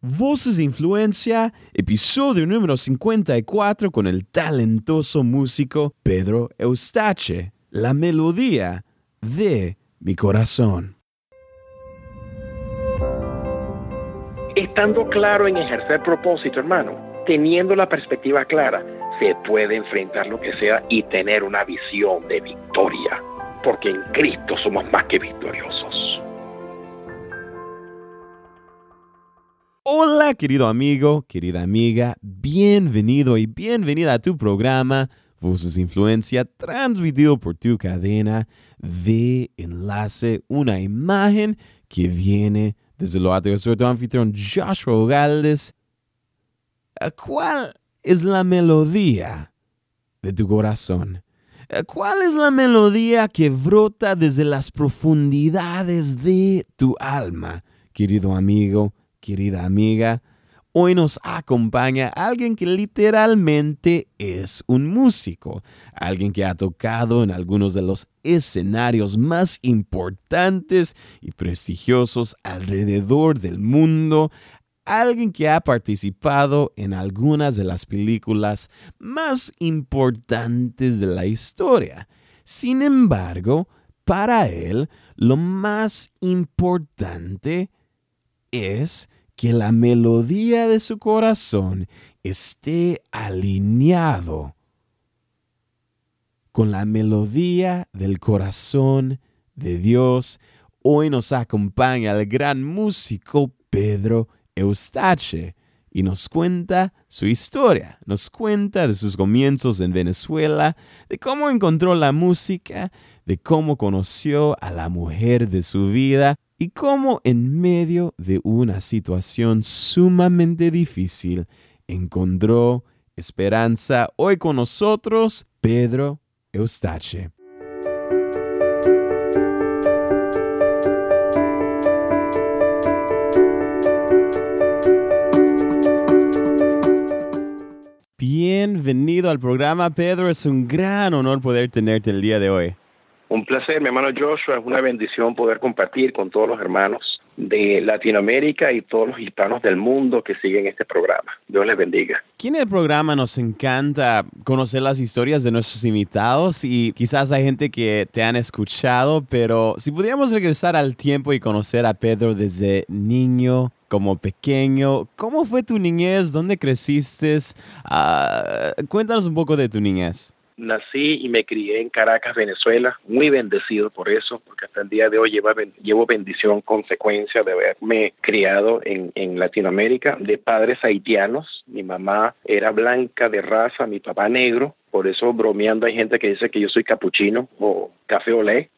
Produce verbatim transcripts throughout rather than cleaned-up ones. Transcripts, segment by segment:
Voces de Influencia, episodio número cincuenta y cuatro con el talentoso músico Pedro Eustache, la melodía de mi corazón. Estando claro en ejercer propósito, hermano, teniendo la perspectiva clara, se puede enfrentar lo que sea y tener una visión de victoria, porque en Cristo somos más que victoriosos. Hola, querido amigo, querida amiga, bienvenido y bienvenida a tu programa Voces de Influencia, transmitido por tu cadena de enlace, una imagen que viene desde lo alto. Yo soy tu anfitrión Joshua Galdes. ¿Cuál es la melodía de tu corazón? ¿Cuál es la melodía que brota desde las profundidades de tu alma, querido amigo, querida amiga? Hoy nos acompaña alguien que literalmente es un músico, alguien que ha tocado en algunos de los escenarios más importantes y prestigiosos alrededor del mundo, alguien que ha participado en algunas de las películas más importantes de la historia. Sin embargo, para él, lo más importante es que la melodía de su corazón esté alineado con la melodía del corazón de Dios. Hoy nos acompaña el gran músico Pedro Eustache y nos cuenta su historia, nos cuenta de sus comienzos en Venezuela, de cómo encontró la música, de cómo conoció a la mujer de su vida y cómo en medio de una situación sumamente difícil encontró esperanza. Hoy con nosotros, Pedro Eustache. Bienvenido al programa, Pedro. Es un gran honor poder tenerte el día de hoy. Un placer, mi hermano Joshua. Es una bendición poder compartir con todos los hermanos de Latinoamérica y todos los hispanos del mundo que siguen este programa. Dios les bendiga. Aquí en el programa nos encanta conocer las historias de nuestros invitados y quizás hay gente que te han escuchado, pero si pudiéramos regresar al tiempo y conocer a Pedro desde niño, como pequeño, ¿cómo fue tu niñez? ¿Dónde creciste? Uh, cuéntanos un poco de tu niñez. Nací y me crié en Caracas, Venezuela, muy bendecido por eso, porque hasta el día de hoy llevo, llevo bendición consecuencia de haberme criado en, en Latinoamérica, de padres haitianos. Mi mamá era blanca de raza, mi papá negro, por eso bromeando hay gente que dice que yo soy capuchino o café olé.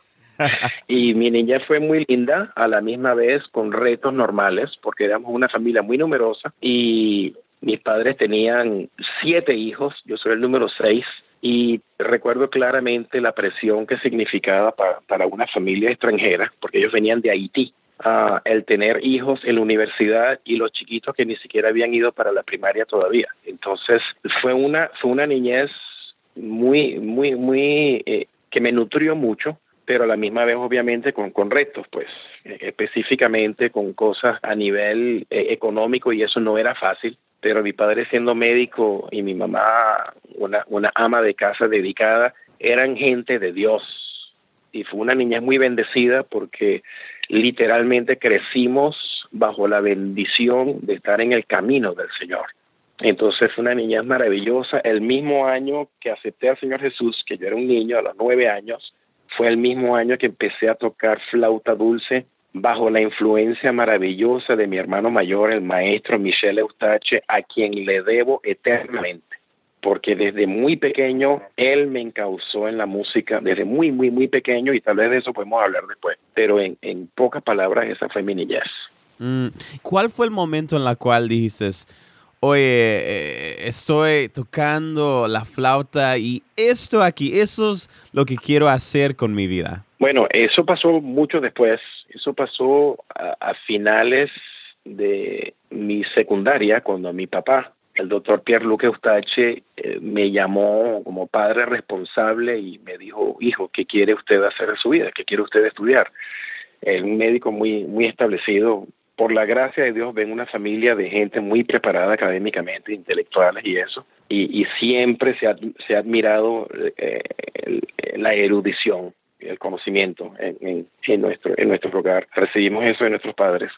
Y mi niñez fue muy linda, a la misma vez con retos normales, porque éramos una familia muy numerosa y mis padres tenían siete hijos, yo soy el número seis. Y recuerdo claramente la presión que significaba para, para una familia extranjera, porque ellos venían de Haití, uh, el tener hijos en la universidad y los chiquitos que ni siquiera habían ido para la primaria todavía. Entonces fue una fue una niñez muy, muy, muy, eh, que me nutrió mucho, pero a la misma vez obviamente con, con retos, pues, eh, específicamente con cosas a nivel eh, económico, y eso no era fácil. Pero mi padre siendo médico y mi mamá una, una ama de casa dedicada, eran gente de Dios. Y fue una niñez muy bendecida porque literalmente crecimos bajo la bendición de estar en el camino del Señor. Entonces fue una niñez maravillosa. El mismo año que acepté al Señor Jesús, que yo era un niño a los nueve años, fue el mismo año que empecé a tocar flauta dulce, bajo la influencia maravillosa de mi hermano mayor, el maestro Michel Eustache, a quien le debo eternamente, porque desde muy pequeño él me encauzó en la música, desde muy, muy, muy pequeño, y tal vez de eso podemos hablar después, pero en, en pocas palabras esa fue mi niñez. Mm. ¿Cuál fue el momento en el cual dijiste, oye, eh, estoy tocando la flauta y esto aquí, eso es lo que quiero hacer con mi vida? Bueno, eso pasó mucho después. Eso pasó a, a finales de mi secundaria, cuando mi papá, el doctor Pierre-Luc Eustache, eh, me llamó como padre responsable y me dijo, hijo, ¿qué quiere usted hacer en su vida? ¿Qué quiere usted estudiar? Es un médico muy, muy establecido por la gracia de Dios, vengo de una familia de gente muy preparada académicamente, intelectuales y eso, y, y siempre se ha, se ha admirado eh, el, la erudición, el conocimiento en, en, en, nuestro, en nuestro hogar. Recibimos eso de nuestros padres.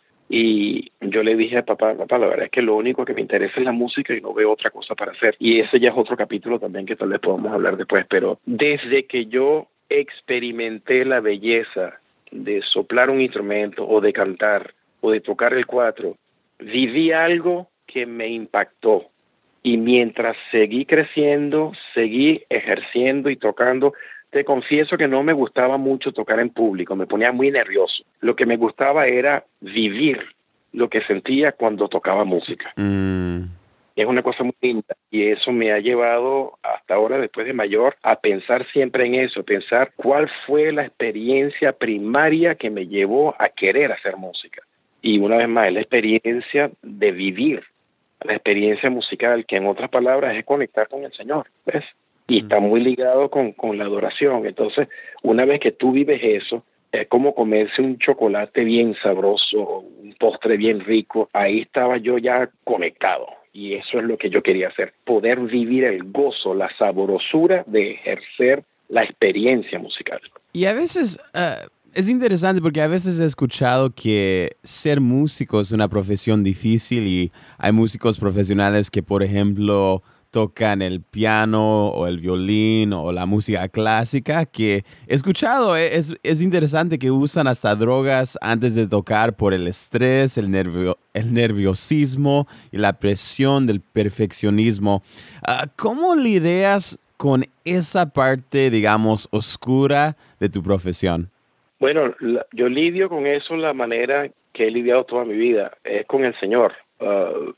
Y yo le dije a papá, papá, la verdad es que lo único que me interesa es la música y no veo otra cosa para hacer. Y ese ya es otro capítulo también que tal vez podamos hablar después, pero desde que yo experimenté la belleza de soplar un instrumento o de cantar o de tocar el cuatro, viví algo que me impactó. Y mientras seguí creciendo, seguí ejerciendo y tocando, te confieso que no me gustaba mucho tocar en público, me ponía muy nervioso. Lo que me gustaba era vivir lo que sentía cuando tocaba música. Mm. Es una cosa muy linda y eso me ha llevado hasta ahora, después de mayor, a pensar siempre en eso, pensar cuál fue la experiencia primaria que me llevó a querer hacer música. Y una vez más, es la experiencia de vivir, la experiencia musical, que en otras palabras es conectar con el Señor, ¿ves? Y está muy ligado con, con la adoración. Entonces, una vez que tú vives eso, es como comerse un chocolate bien sabroso, un postre bien rico. Ahí estaba yo ya conectado. Y eso es lo que yo quería hacer, poder vivir el gozo, la saborosura de ejercer la experiencia musical. Y a veces uh, es interesante porque a veces he escuchado que ser músico es una profesión difícil y hay músicos profesionales que, por ejemplo, tocan el piano o el violín o la música clásica, que he escuchado, eh, es, es interesante que usan hasta drogas antes de tocar por el estrés, el, nervio, el nerviosismo y la presión del perfeccionismo. Uh, ¿Cómo lidias con esa parte, digamos, oscura de tu profesión? Bueno, la, yo lidio con eso la manera que he lidiado toda mi vida, es con el Señor. Uh,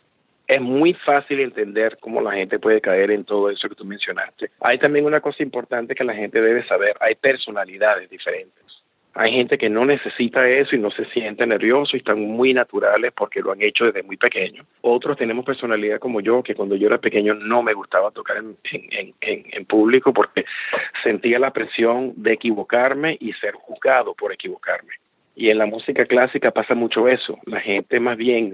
Es muy fácil entender cómo la gente puede caer en todo eso que tú mencionaste. Hay también una cosa importante que la gente debe saber. Hay personalidades diferentes. Hay gente que no necesita eso y no se siente nervioso y están muy naturales porque lo han hecho desde muy pequeño. Otros tenemos personalidad como yo, que cuando yo era pequeño no me gustaba tocar en, en, en, en público porque sentía la presión de equivocarme y ser juzgado por equivocarme. Y en la música clásica pasa mucho eso. La gente más bien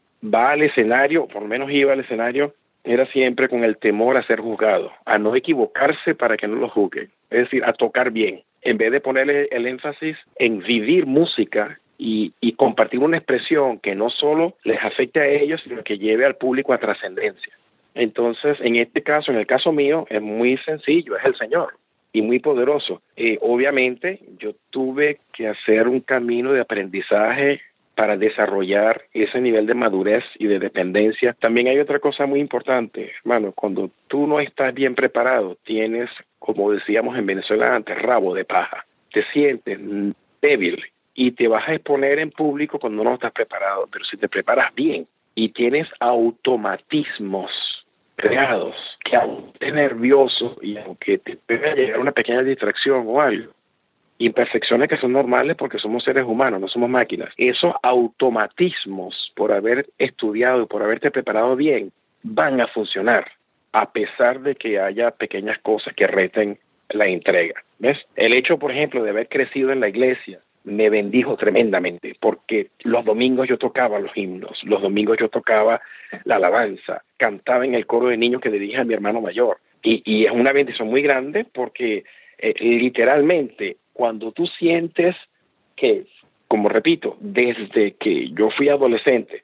va al escenario, por lo menos iba al escenario, era siempre con el temor a ser juzgado, a no equivocarse para que no lo juzguen, es decir, a tocar bien, en vez de ponerle el énfasis en vivir música y, y compartir una expresión que no solo les afecte a ellos, sino que lleve al público a trascendencia. Entonces, en este caso, en el caso mío, es muy sencillo, es el Señor y muy poderoso. Eh, obviamente, yo tuve que hacer un camino de aprendizaje para desarrollar ese nivel de madurez y de dependencia. También hay otra cosa muy importante, hermano, cuando tú no estás bien preparado, tienes, como decíamos en Venezuela antes, rabo de paja, te sientes débil y te vas a exponer en público cuando no estás preparado, pero si te preparas bien y tienes automatismos creados, que aunque estés nervioso y aunque te pueda llegar una pequeña distracción o algo, imperfecciones que son normales porque somos seres humanos, no somos máquinas. Esos automatismos, por haber estudiado y por haberte preparado bien, van a funcionar, a pesar de que haya pequeñas cosas que reten la entrega. ¿Ves? El hecho, por ejemplo, de haber crecido en la iglesia me bendijo tremendamente, porque los domingos yo tocaba los himnos, los domingos yo tocaba la alabanza, cantaba en el coro de niños que dirige a mi hermano mayor. Y, y es una bendición muy grande porque eh, literalmente, cuando tú sientes que, como repito, desde que yo fui adolescente,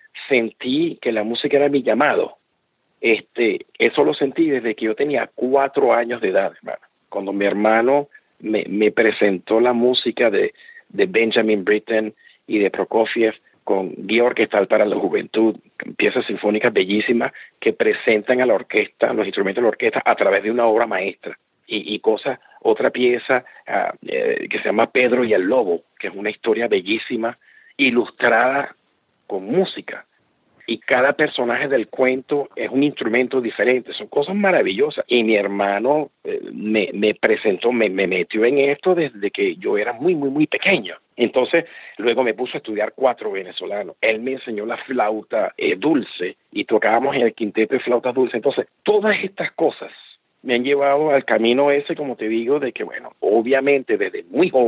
sentí que la música era mi llamado. Este, eso lo sentí desde que yo tenía cuatro años de edad, hermano. Cuando mi hermano me, me presentó la música de, de Benjamin Britten y de Prokofiev con Guía Orquestal para la Juventud, piezas sinfónicas bellísimas que presentan a la orquesta, los instrumentos de la orquesta a través de una obra maestra. Y, y cosas, otra pieza uh, eh, que se llama Pedro y el Lobo, que es una historia bellísima, ilustrada con música. Y cada personaje del cuento es un instrumento diferente, son cosas maravillosas. Y mi hermano eh, me, me presentó, me, me metió en esto desde que yo era muy, muy, muy pequeño. Entonces, luego me puso a estudiar cuatro venezolanos. Él me enseñó la flauta eh, dulce y tocábamos en el quinteto de flautas dulces. Entonces, todas estas cosas me han llevado al camino ese, como te digo, de que, bueno, obviamente desde muy joven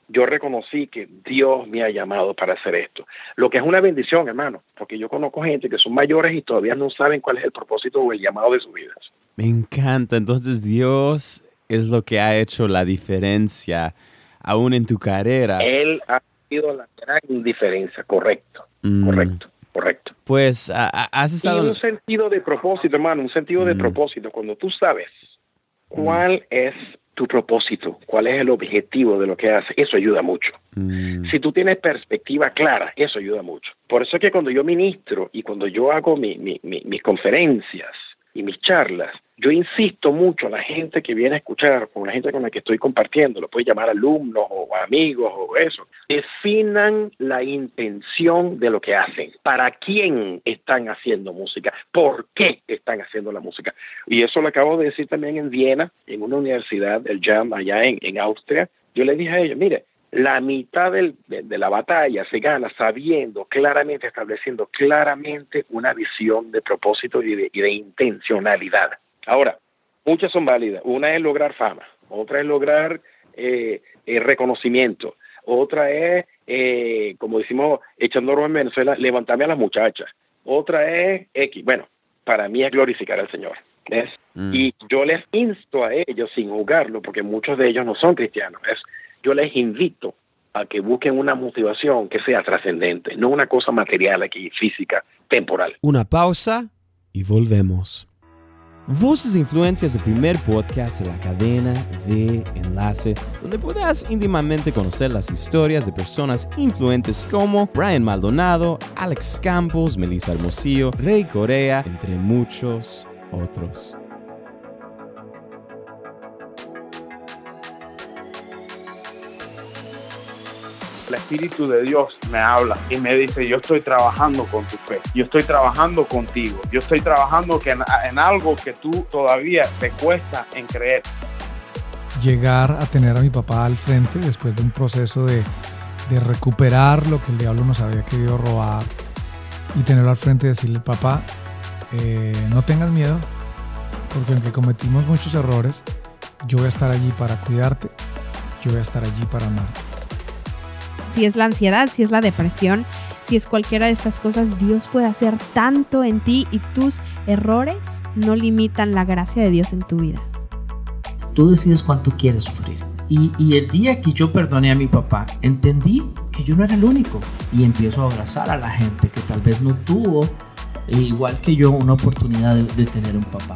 yo reconocí que Dios me ha llamado para hacer esto. Lo que es una bendición, hermano, porque yo conozco gente que son mayores y todavía no saben cuál es el propósito o el llamado de sus vidas. Me encanta. Entonces Dios es lo que ha hecho la diferencia aún en tu carrera. Él ha sido la gran diferencia, correcto, mm. correcto. Correcto. Pues a, a, has estado... Y un sentido de propósito, hermano, un sentido mm. de propósito. Cuando tú sabes cuál mm. es tu propósito, cuál es el objetivo de lo que haces, eso ayuda mucho. Mm. Si tú tienes perspectiva clara, eso ayuda mucho. Por eso es que cuando yo ministro y cuando yo hago mi, mi, mi, mis conferencias y mis charlas, yo insisto mucho a la gente que viene a escuchar, con la gente con la que estoy compartiendo, lo puedes llamar alumnos o amigos o eso, definan la intención de lo que hacen, para quién están haciendo música, por qué están haciendo la música. Y eso lo acabo de decir también en Viena, en una universidad, el Jam, allá en, en Austria. Yo le dije a ellos, mire, la mitad del, de, de la batalla se gana sabiendo claramente, estableciendo claramente una visión de propósito y de, y de intencionalidad. Ahora, muchas son válidas. Una es lograr fama, otra es lograr eh, eh, reconocimiento, otra es, eh, como decimos, echando oro en Venezuela, levantarme a las muchachas. Otra es X. Bueno, para mí es glorificar al Señor. ¿Ves? Mm. Y yo les insto a ellos, sin juzgarlo, porque muchos de ellos no son cristianos, ¿ves? Yo les invito a que busquen una motivación que sea trascendente, no una cosa material aquí, física, temporal. Una pausa y volvemos. Voces e Influencias, el primer podcast de la cadena de Enlace, donde podrás íntimamente conocer las historias de personas influentes como Brian Maldonado, Alex Campos, Melissa Hermosillo, Rey Corea, entre muchos otros. El Espíritu de Dios me habla y me dice, yo estoy trabajando con tu fe, yo estoy trabajando contigo, yo estoy trabajando que en, en algo que tú todavía te cuesta en creer. Llegar a tener a mi papá al frente después de un proceso de, de recuperar lo que el diablo nos había querido robar y tenerlo al frente y decirle, papá, eh, no tengas miedo, porque aunque cometimos muchos errores, yo voy a estar allí para cuidarte, yo voy a estar allí para amarte. Si es la ansiedad, si es la depresión, si es cualquiera de estas cosas, Dios puede hacer tanto en ti y tus errores no limitan la gracia de Dios en tu vida. Tú decides cuánto quieres sufrir. Y, y el día que yo perdoné a mi papá, entendí que yo no era el único. Y empiezo a abrazar a la gente que tal vez no tuvo, e igual que yo, una oportunidad de, de tener un papá.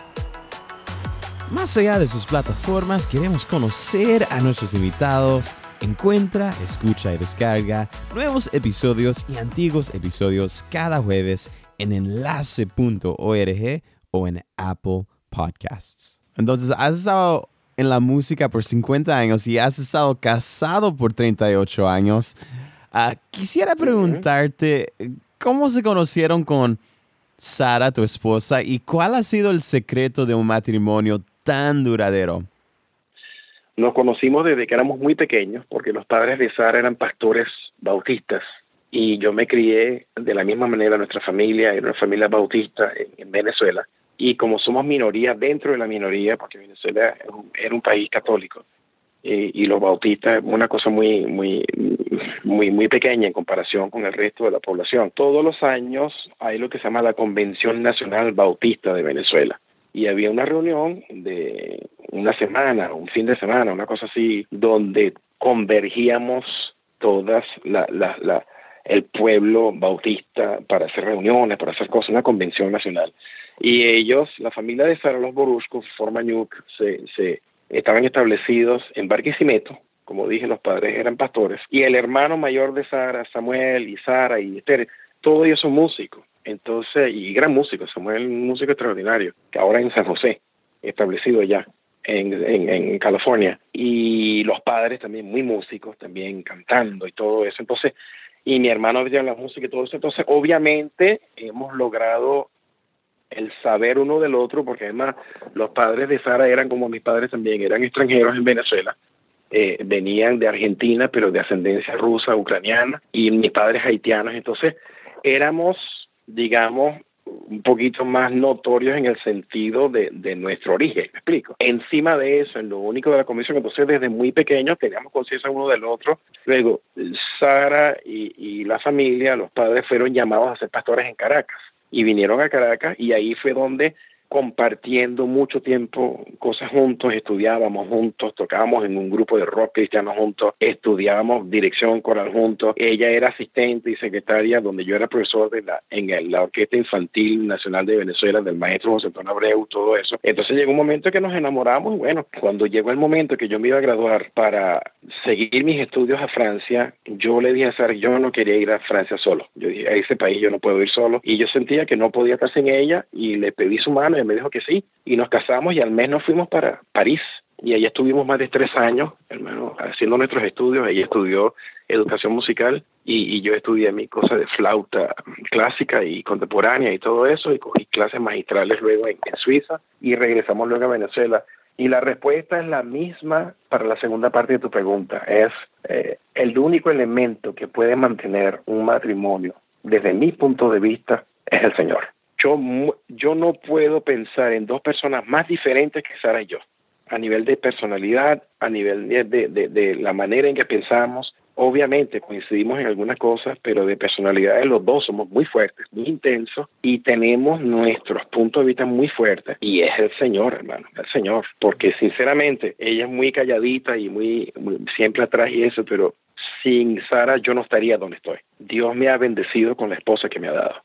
Más allá de sus plataformas, queremos conocer a nuestros invitados. Encuentra, escucha y descarga nuevos episodios y antiguos episodios cada jueves en enlace punto org o en Apple Podcasts. Entonces, has estado en la música por cincuenta años y has estado casado por treinta y ocho años. Uh, quisiera preguntarte, ¿cómo se conocieron con Sara, tu esposa, y cuál ha sido el secreto de un matrimonio tan duradero? Nos conocimos desde que éramos muy pequeños, porque los padres de Sara eran pastores bautistas y yo me crié de la misma manera. Nuestra familia era una familia bautista en, en Venezuela, y como somos minoría dentro de la minoría, porque Venezuela era un, era un país católico, eh, y los bautistas, una cosa muy, muy, muy, muy pequeña en comparación con el resto de la población. Todos los años hay lo que se llama la Convención Nacional Bautista de Venezuela. Y había una reunión de una semana, un fin de semana, una cosa así, donde convergíamos todas la, la, la, el pueblo bautista para hacer reuniones, para hacer cosas, una convención nacional. Y ellos, la familia de Sara Los Boruscos, Formañuc, se, se estaban establecidos en Barquisimeto. Como dije, los padres eran pastores. Y el hermano mayor de Sara, Samuel, y Sara, y Esther, todos ellos son músicos. Entonces, y gran músico, Samuel, un músico extraordinario, que ahora en San José, establecido allá en, en, en California. Y los padres también muy músicos, también cantando y todo eso. Entonces, y mi hermano había la música y todo eso. Entonces, obviamente, hemos logrado el saber uno del otro, porque además los padres de Sara eran como mis padres también, eran extranjeros en Venezuela. Eh, venían de Argentina, pero de ascendencia rusa, ucraniana, y mis padres haitianos. Entonces, éramos, digamos, un poquito más notorios en el sentido de, de nuestro origen, ¿me explico? Encima de eso, en lo único de la comisión, entonces desde muy pequeños teníamos conciencia uno del otro. Luego, Sara y, y la familia, los padres fueron llamados a ser pastores en Caracas y vinieron a Caracas y ahí fue donde compartiendo mucho tiempo cosas juntos, estudiábamos juntos, tocábamos en un grupo de rock cristiano juntos, estudiábamos dirección coral juntos. Ella era asistente y secretaria donde yo era profesor de la, en el, la Orquesta Infantil Nacional de Venezuela del maestro José Antonio Abreu, todo eso. Entonces llegó un momento que nos enamoramos y bueno, cuando llegó el momento que yo me iba a graduar para seguir mis estudios a Francia, yo le dije a Sara, yo no quería ir a Francia solo. Yo dije, a ese país yo no puedo ir solo y yo sentía que no podía estar sin ella y le pedí su mano y me dijo que sí, y nos casamos y al mes nos fuimos para París y allá estuvimos más de tres años, hermano, haciendo nuestros estudios. Ella estudió educación musical y, y yo estudié mi cosa de flauta clásica y contemporánea y todo eso, y cogí clases magistrales luego en, en Suiza y regresamos luego a Venezuela. Y la respuesta es la misma para la segunda parte de tu pregunta, es eh, el único elemento que puede mantener un matrimonio desde mi punto de vista es el Señor. Yo, yo no puedo pensar en dos personas más diferentes que Sara y yo, a nivel de personalidad, a nivel de, de, de, de la manera en que pensamos. Obviamente coincidimos en algunas cosas, pero de personalidades los dos somos muy fuertes, muy intensos y tenemos nuestros puntos de vista muy fuertes. Y es el Señor, hermano, el Señor. Porque sinceramente, ella es muy calladita y muy, muy siempre atrás y eso, pero sin Sara yo no estaría donde estoy. Dios me ha bendecido con la esposa que me ha dado.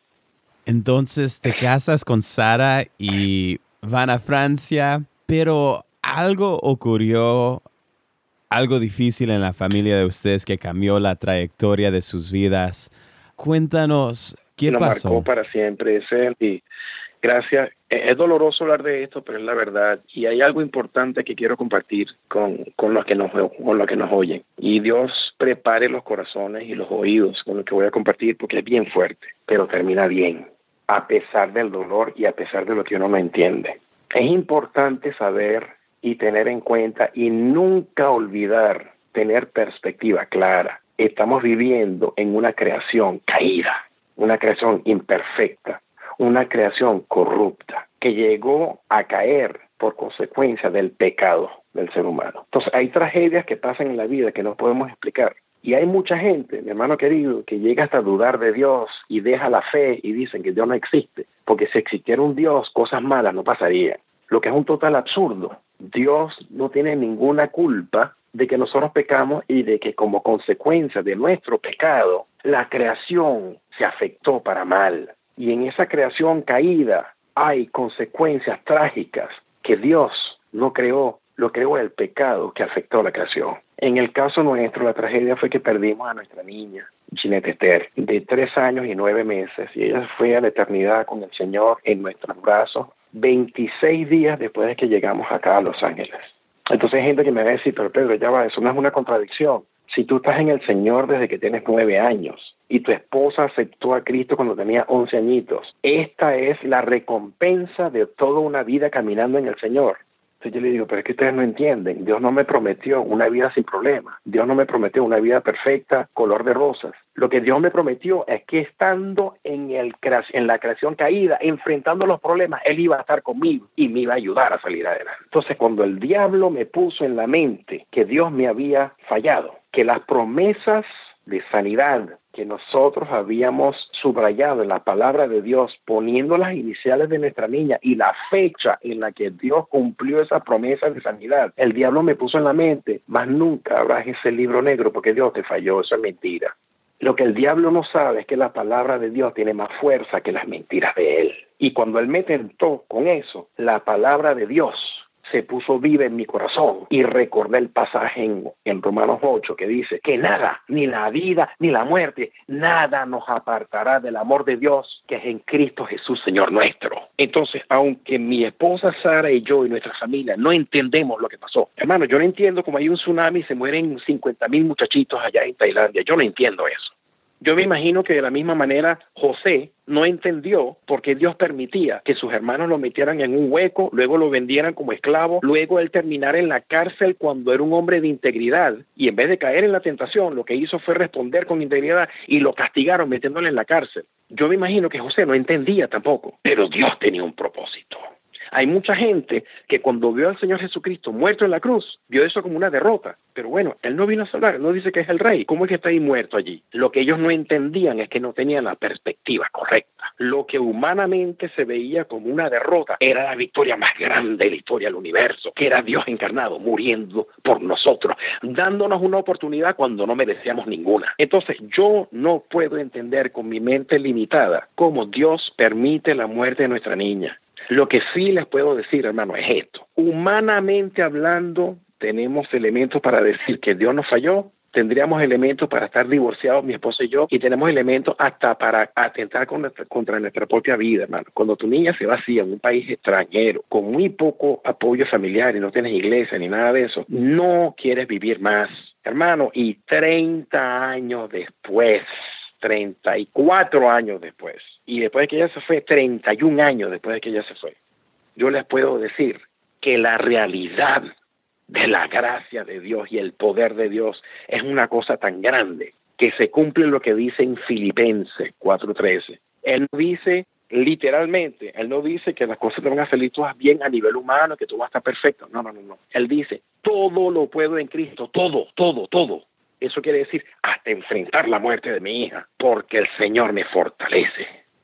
Entonces te casas con Sara y van a Francia, pero algo ocurrió, algo difícil en la familia de ustedes que cambió la trayectoria de sus vidas. Cuéntanos, ¿qué Nos pasó? marcó para siempre ese y gracias. Es doloroso hablar de esto, pero es la verdad. Y hay algo importante que quiero compartir con, con, los que nos, con los que nos oyen. Y Dios prepare los corazones y los oídos con lo que voy a compartir, porque es bien fuerte, pero termina bien, a pesar del dolor y a pesar de lo que uno no entiende. Es importante saber y tener en cuenta y nunca olvidar, tener perspectiva clara. Estamos viviendo en una creación caída, una creación imperfecta, una creación corrupta que llegó a caer por consecuencia del pecado del ser humano. Entonces hay tragedias que pasan en la vida que no podemos explicar. Y hay mucha gente, mi hermano querido, que llega hasta dudar de Dios y deja la fe y dicen que Dios no existe, porque si existiera un Dios, cosas malas no pasarían. Lo que es un total absurdo. Dios no tiene ninguna culpa de que nosotros pecamos y de que como consecuencia de nuestro pecado, la creación se afectó para mal. Y en esa creación caída hay consecuencias trágicas que Dios no creó, lo creó el pecado que afectó la creación. En el caso nuestro, la tragedia fue que perdimos a nuestra niña, Ginette Esther, de tres años y nueve meses, y ella fue a la eternidad con el Señor en nuestros brazos, veintiséis días después de que llegamos acá a Los Ángeles. Entonces hay gente que me va a decir, pero Pedro, ya va, eso no es una contradicción. Si tú estás en el Señor desde que tienes nueve años y tu esposa aceptó a Cristo cuando tenía once añitos, esta es la recompensa de toda una vida caminando en el Señor. Entonces yo le digo, pero es que ustedes no entienden. Dios no me prometió una vida sin problemas. Dios no me prometió una vida perfecta, color de rosas. Lo que Dios me prometió es que estando en, el, en la creación caída, enfrentando los problemas, Él iba a estar conmigo y me iba a ayudar a salir adelante. Entonces cuando el diablo me puso en la mente que Dios me había fallado, que las promesas de sanidad que nosotros habíamos subrayado en la palabra de Dios, poniendo las iniciales de nuestra niña y la fecha en la que Dios cumplió esa promesa de sanidad, el diablo me puso en la mente, más nunca abras ese libro negro porque Dios te falló, eso es mentira. Lo que el diablo no sabe es que la palabra de Dios tiene más fuerza que las mentiras de él. Y cuando él me tentó con eso, la palabra de Dios se puso viva en mi corazón y recordé el pasaje en, en Romanos ocho que dice que nada, ni la vida, ni la muerte, nada nos apartará del amor de Dios que es en Cristo Jesús, Señor nuestro. Entonces, aunque mi esposa Sara y yo y nuestra familia no entendemos lo que pasó, hermano, yo no entiendo cómo hay un tsunami y se mueren cincuenta mil muchachitos allá en Tailandia, yo no entiendo eso. Yo me imagino que de la misma manera José no entendió por qué Dios permitía que sus hermanos lo metieran en un hueco, luego lo vendieran como esclavo, luego él terminara en la cárcel cuando era un hombre de integridad, y en vez de caer en la tentación, lo que hizo fue responder con integridad y lo castigaron metiéndole en la cárcel. Yo me imagino que José no entendía tampoco, pero Dios tenía un propósito. Hay mucha gente que cuando vio al Señor Jesucristo muerto en la cruz, vio eso como una derrota. Pero bueno, Él no vino a salvar, Él no dice que es el Rey. ¿Cómo es que está ahí muerto allí? Lo que ellos no entendían es que no tenían la perspectiva correcta. Lo que humanamente se veía como una derrota era la victoria más grande de la historia del universo, que era Dios encarnado, muriendo por nosotros, dándonos una oportunidad cuando no merecíamos ninguna. Entonces, yo no puedo entender con mi mente limitada cómo Dios permite la muerte de nuestra niña. Lo que sí les puedo decir, hermano, es esto. Humanamente hablando, tenemos elementos para decir que Dios nos falló, tendríamos elementos para estar divorciados, mi esposa y yo, y tenemos elementos hasta para atentar con nuestra, contra nuestra propia vida, hermano. Cuando tu niña se va así en un país extranjero, con muy poco apoyo familiar y no tienes iglesia ni nada de eso, no quieres vivir más, hermano, y treinta años después, treinta y cuatro años después, y después de que ella se fue, treinta y un años después de que ella se fue, yo les puedo decir que la realidad de la gracia de Dios y el poder de Dios es una cosa tan grande que se cumple lo que dice en Filipenses cuatro trece. Él no dice literalmente, él no dice que las cosas te van a salir todas bien a nivel humano, que todo va a estar perfecto. No, no, no, no. Él dice, todo lo puedo en Cristo, todo, todo, todo. Eso quiere decir hasta enfrentar la muerte de mi hija, porque el Señor me fortalece.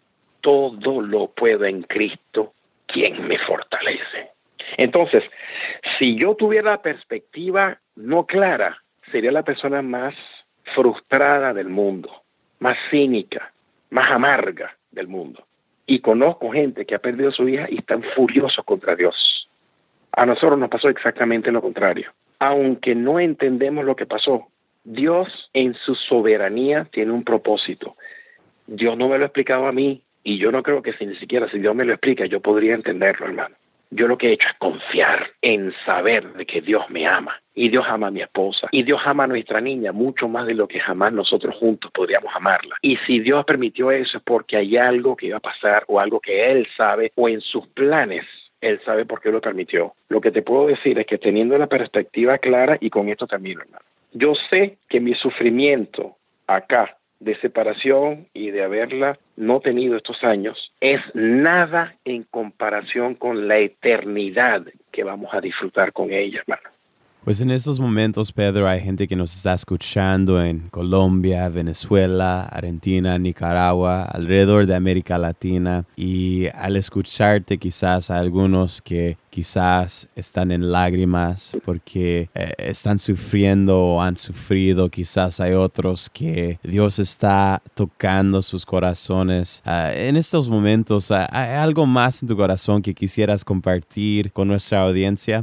Todo lo puedo en Cristo, quien me fortalece. Entonces, si yo tuviera la perspectiva no clara, sería la persona más frustrada del mundo, más cínica, más amarga del mundo. Y conozco gente que ha perdido a su hija y están furiosos contra Dios. A nosotros nos pasó exactamente lo contrario. Aunque no entendemos lo que pasó, Dios en su soberanía tiene un propósito. Dios no me lo ha explicado a mí y yo no creo que si ni siquiera si Dios me lo explica yo podría entenderlo, hermano. Yo lo que he hecho es confiar en saber de que Dios me ama y Dios ama a mi esposa y Dios ama a nuestra niña mucho más de lo que jamás nosotros juntos podríamos amarla. Y si Dios permitió eso es porque hay algo que iba a pasar o algo que Él sabe o en sus planes Él sabe por qué lo permitió. Lo que te puedo decir es que teniendo la perspectiva clara, y con esto termino, hermano, yo sé que mi sufrimiento acá de separación y de haberla no tenido estos años es nada en comparación con la eternidad que vamos a disfrutar con ella, hermano. Pues en estos momentos, Pedro, hay gente que nos está escuchando en Colombia, Venezuela, Argentina, Nicaragua, alrededor de América Latina. Y al escucharte, quizás hay algunos que quizás están en lágrimas porque eh, están sufriendo o han sufrido. Quizás hay otros que Dios está tocando sus corazones. Uh, en estos momentos, uh, ¿hay algo más en tu corazón que quisieras compartir con nuestra audiencia?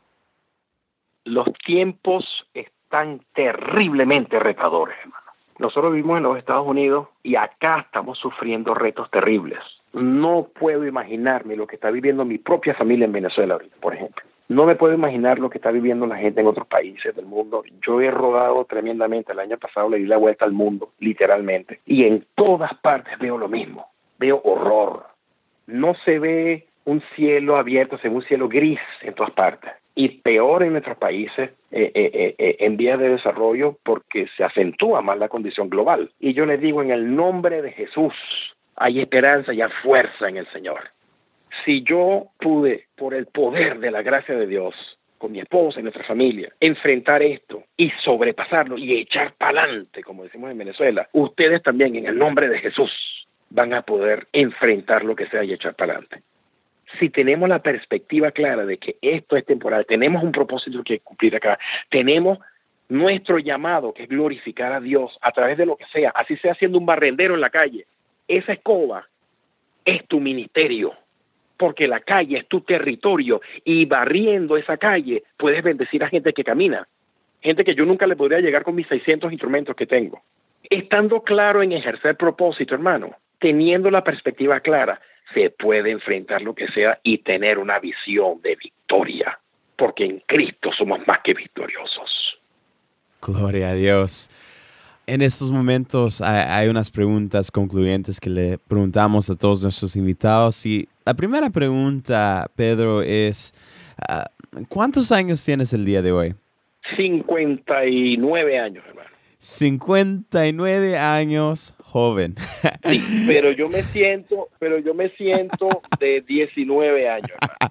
Los tiempos están terriblemente retadores, hermano. Nosotros vivimos en los Estados Unidos y acá estamos sufriendo retos terribles. No puedo imaginarme lo que está viviendo mi propia familia en Venezuela ahorita, por ejemplo. No me puedo imaginar lo que está viviendo la gente en otros países del mundo. Yo he rodado tremendamente. El año pasado le di la vuelta al mundo, literalmente. Y en todas partes veo lo mismo. Veo horror. No se ve un cielo abierto, se ve un cielo gris en todas partes. Y peor en nuestros países eh, eh, eh, en vías de desarrollo porque se acentúa más la condición global. Y yo les digo, en el nombre de Jesús, hay esperanza y hay fuerza en el Señor. Si yo pude, por el poder de la gracia de Dios, con mi esposa y nuestra familia, enfrentar esto y sobrepasarlo y echar para adelante, como decimos en Venezuela, ustedes también, en el nombre de Jesús, van a poder enfrentar lo que sea y echar para adelante. Si tenemos la perspectiva clara de que esto es temporal, tenemos un propósito que cumplir acá, tenemos nuestro llamado que es glorificar a Dios a través de lo que sea, así sea haciendo un barrendero en la calle, esa escoba es tu ministerio, porque la calle es tu territorio y barriendo esa calle puedes bendecir a gente que camina, gente que yo nunca le podría llegar con mis seiscientos instrumentos que tengo. Estando claro en ejercer propósito, hermano, teniendo la perspectiva clara, se puede enfrentar lo que sea y tener una visión de victoria, porque en Cristo somos más que victoriosos. Gloria a Dios. En estos momentos hay, hay unas preguntas concluyentes que le preguntamos a todos nuestros invitados. Y la primera pregunta, Pedro, es uh, ¿cuántos años tienes el día de hoy? cincuenta y nueve años, hermano. cincuenta y nueve años, joven. Sí, pero yo me siento, pero yo me siento de diecinueve años, hermano.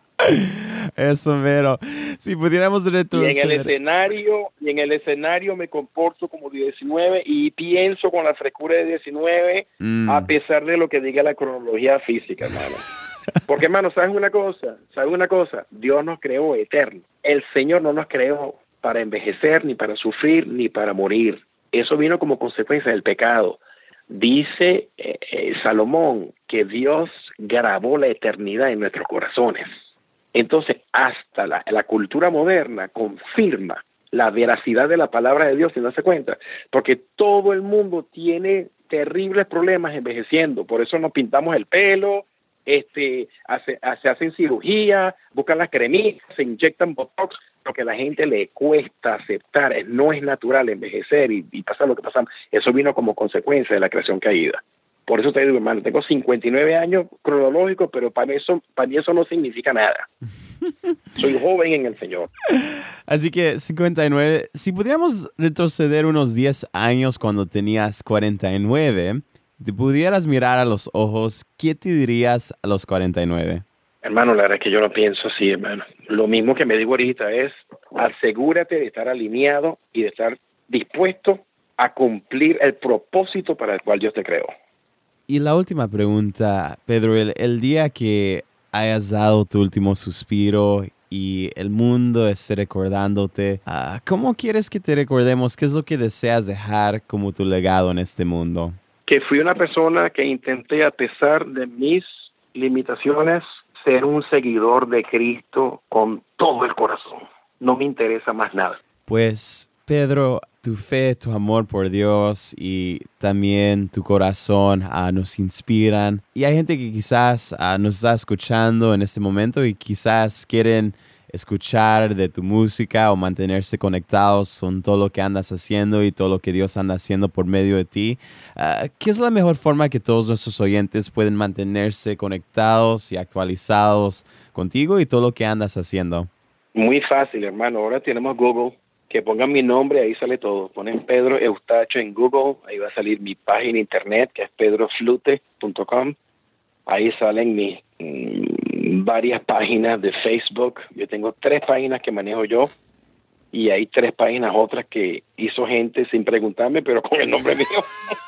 Eso, mero. Si pudiéramos retroceder. Y en el escenario, y en el escenario me comporto como diecinueve y pienso con la frescura de diecinueve, mm. a pesar de lo que diga la cronología física, hermano. Porque, hermano, ¿sabes una cosa? ¿Sabes una cosa? Dios nos creó eterno. El Señor no nos creó para envejecer, ni para sufrir, ni para morir. Eso vino como consecuencia del pecado. Dice eh, eh, Salomón que Dios grabó la eternidad en nuestros corazones. Entonces, hasta la, la cultura moderna confirma la veracidad de la palabra de Dios sin darse cuenta, porque todo el mundo tiene terribles problemas envejeciendo. Por eso nos pintamos el pelo, este, hace, se hacen cirugía, buscan las cremitas, se inyectan botox. Lo que a la gente le cuesta aceptar es, no es natural envejecer y, y pasar lo que pasa. Eso vino como consecuencia de la creación caída. Por eso te digo, hermano, tengo cincuenta y nueve años cronológicos, pero para mí eso, para mí eso no significa nada. Soy joven en el Señor. Así que cincuenta y nueve, si pudiéramos retroceder unos diez años cuando tenías cuarenta y nueve, te pudieras mirar a los ojos, ¿qué te dirías a los cuarenta y nueve? Hermano, la verdad es que yo no pienso así, hermano. Lo mismo que me digo ahorita es, asegúrate de estar alineado y de estar dispuesto a cumplir el propósito para el cual Dios te creó. Y la última pregunta, Pedro, el, el día que hayas dado tu último suspiro y el mundo esté recordándote, uh, ¿cómo quieres que te recordemos? ¿Qué es lo que deseas dejar como tu legado en este mundo? Que fui una persona que intenté, a pesar de mis limitaciones, ser un seguidor de Cristo con todo el corazón. No me interesa más nada. Pues, Pedro, tu fe, tu amor por Dios y también tu corazón uh, nos inspiran. Y hay gente que quizás uh, nos está escuchando en este momento y quizás quieren escuchar de tu música o mantenerse conectados con todo lo que andas haciendo y todo lo que Dios anda haciendo por medio de ti. Uh, ¿Qué es la mejor forma que todos nuestros oyentes pueden mantenerse conectados y actualizados contigo y todo lo que andas haciendo? Muy fácil, hermano. Ahora tenemos Google. Que pongan mi nombre, ahí sale todo. Ponen Pedro Eustache en Google, ahí va a salir mi página internet, que es pedro flute punto com. Ahí salen mis mmm, varias páginas de Facebook. Yo tengo tres páginas que manejo yo y hay tres páginas otras que hizo gente sin preguntarme, pero con el nombre mío.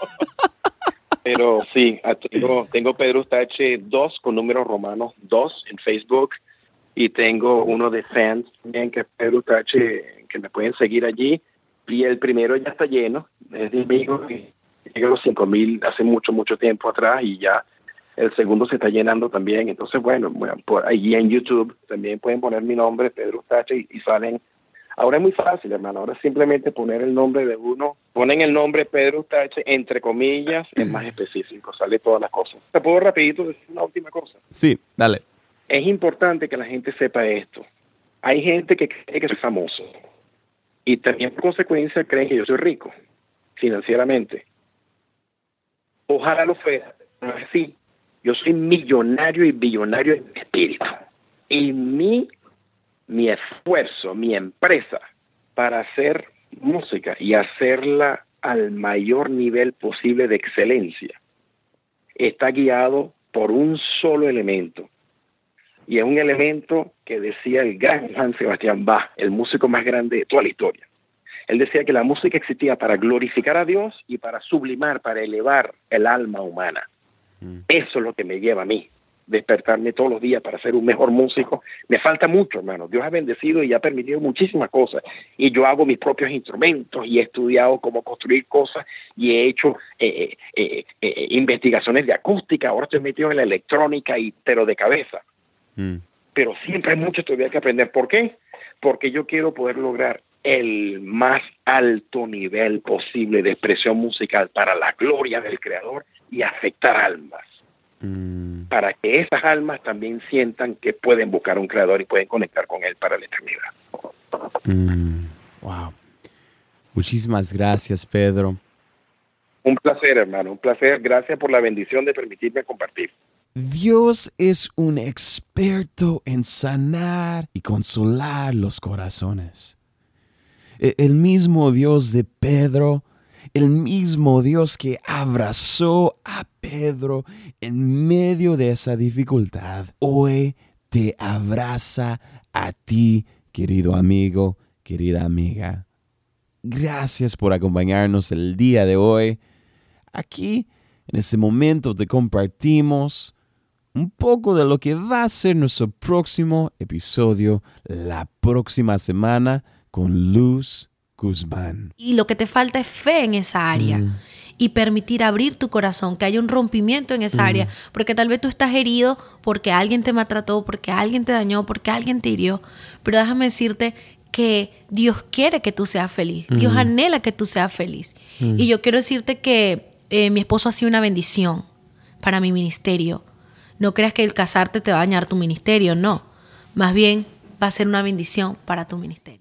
Pero sí, tengo, tengo Pedro Eustache dos con números romanos dos en Facebook y tengo uno de fans también que es Pedro Eustache, que me pueden seguir allí, y el primero ya está lleno, es de amigos, y llegó a los cinco mil hace mucho, mucho tiempo atrás, y ya el segundo se está llenando también. Entonces, bueno, bueno por ahí en YouTube también pueden poner mi nombre, Pedro Eustache, y, y salen. Ahora es muy fácil, hermano, ahora simplemente poner el nombre de uno, ponen el nombre Pedro Eustache, entre comillas, es más específico, sale todas las cosas. ¿Te puedo rapidito decir una última cosa? Sí, dale. Es importante que la gente sepa esto. Hay gente que cree que soy famoso. Y también por consecuencia creen que yo soy rico, financieramente. Ojalá lo fuera, no es así. Yo soy millonario y billonario en espíritu. Y mi, mi esfuerzo, mi empresa para hacer música y hacerla al mayor nivel posible de excelencia está guiado por un solo elemento. Y es un elemento que decía el gran Johann Sebastian Bach, el músico más grande de toda la historia. Él decía que la música existía para glorificar a Dios y para sublimar, para elevar el alma humana. Mm. Eso es lo que me lleva a mí, despertarme todos los días para ser un mejor músico. Me falta mucho, hermano. Dios ha bendecido y ha permitido muchísimas cosas. Y yo hago mis propios instrumentos y he estudiado cómo construir cosas y he hecho eh, eh, eh, investigaciones de acústica. Ahora estoy metido en la electrónica, y pero de cabeza. Mm. Pero siempre hay mucho todavía que aprender. ¿Por qué? Porque yo quiero poder lograr el más alto nivel posible de expresión musical para la gloria del Creador y afectar almas. Mm. Para que esas almas también sientan que pueden buscar un Creador y pueden conectar con Él para la eternidad. Mm. Wow. Muchísimas gracias, Pedro. Un placer, hermano, un placer. Gracias por la bendición de permitirme compartir. Dios es un experto en sanar y consolar los corazones. El mismo Dios de Pedro, el mismo Dios que abrazó a Pedro en medio de esa dificultad, hoy te abraza a ti, querido amigo, querida amiga. Gracias por acompañarnos el día de hoy. Aquí, en este momento, te compartimos un poco de lo que va a ser nuestro próximo episodio la próxima semana con Luz Guzmán. Y lo que te falta es fe en esa área. Mm. Y permitir abrir tu corazón, que haya un rompimiento en esa mm. área. Porque tal vez tú estás herido porque alguien te maltrató, porque alguien te dañó, porque alguien te hirió. Pero déjame decirte que Dios quiere que tú seas feliz. Mm. Dios anhela que tú seas feliz. Mm. Y yo quiero decirte que eh, mi esposo ha sido una bendición para mi ministerio. No creas que el casarte te va a dañar tu ministerio, no. Más bien va a ser una bendición para tu ministerio.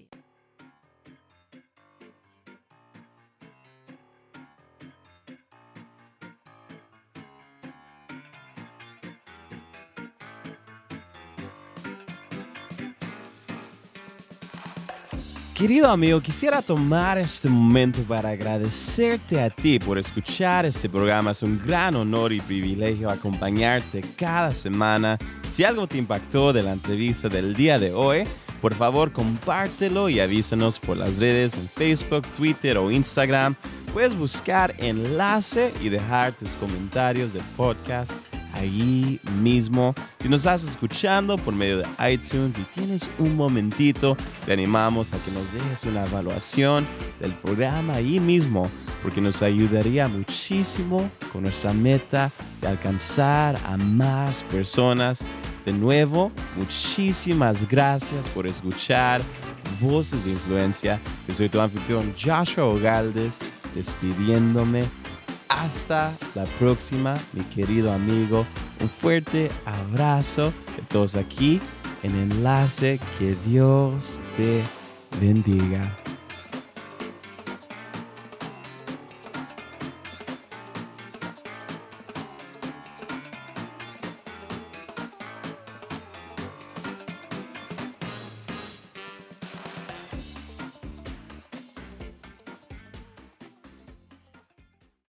Querido amigo, quisiera tomar este momento para agradecerte a ti por escuchar este programa. Es un gran honor y privilegio acompañarte cada semana. Si algo te impactó de la entrevista del día de hoy, por favor compártelo y avísanos por las redes en Facebook, Twitter o Instagram. Puedes buscar enlace y dejar tus comentarios del podcast allí mismo. Si nos estás escuchando por medio de iTunes y tienes un momentito, te animamos a que nos dejes una evaluación del programa allí mismo, porque nos ayudaría muchísimo con nuestra meta de alcanzar a más personas. De nuevo, muchísimas gracias por escuchar Voces de Influencia. Yo soy tu anfitrión Joshua Ogaldes, despidiéndome. Hasta la próxima, mi querido amigo. Un fuerte abrazo de todos aquí en Enlace. Que Dios te bendiga.